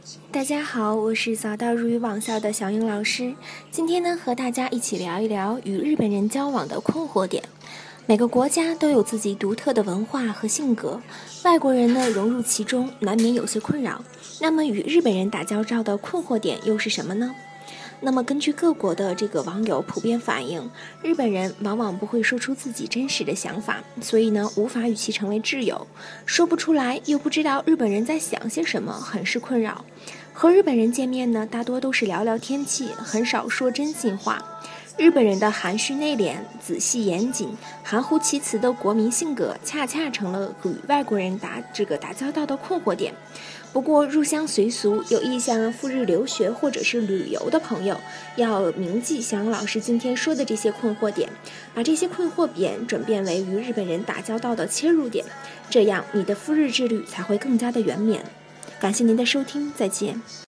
大家好，我是早到日语网校的小英老师。今天呢，和大家一起聊一聊与日本人交往的困惑点。每个国家都有自己独特的文化和性格，外国人呢融入其中，难免有些困扰。那么与日本人打交道的困惑点又是什么呢？那么根据各国的网友普遍反映，日本人往往不会说出自己真实的想法，所以呢无法与其成为挚友，说不出来又不知道日本人在想些什么，很是困扰。和日本人见面呢，大多都是聊聊天气，很少说真心话。日本人的含蓄内敛、仔细严谨、含糊其辞的国民性格，恰恰成了与外国人打交道的困惑点。不过入乡随俗，有意向赴日留学或者是旅游的朋友，要铭记小杨老师今天说的这些困惑点，把这些困惑点转变为与日本人打交道的切入点，这样你的赴日之旅才会更加的圆满。感谢您的收听，再见。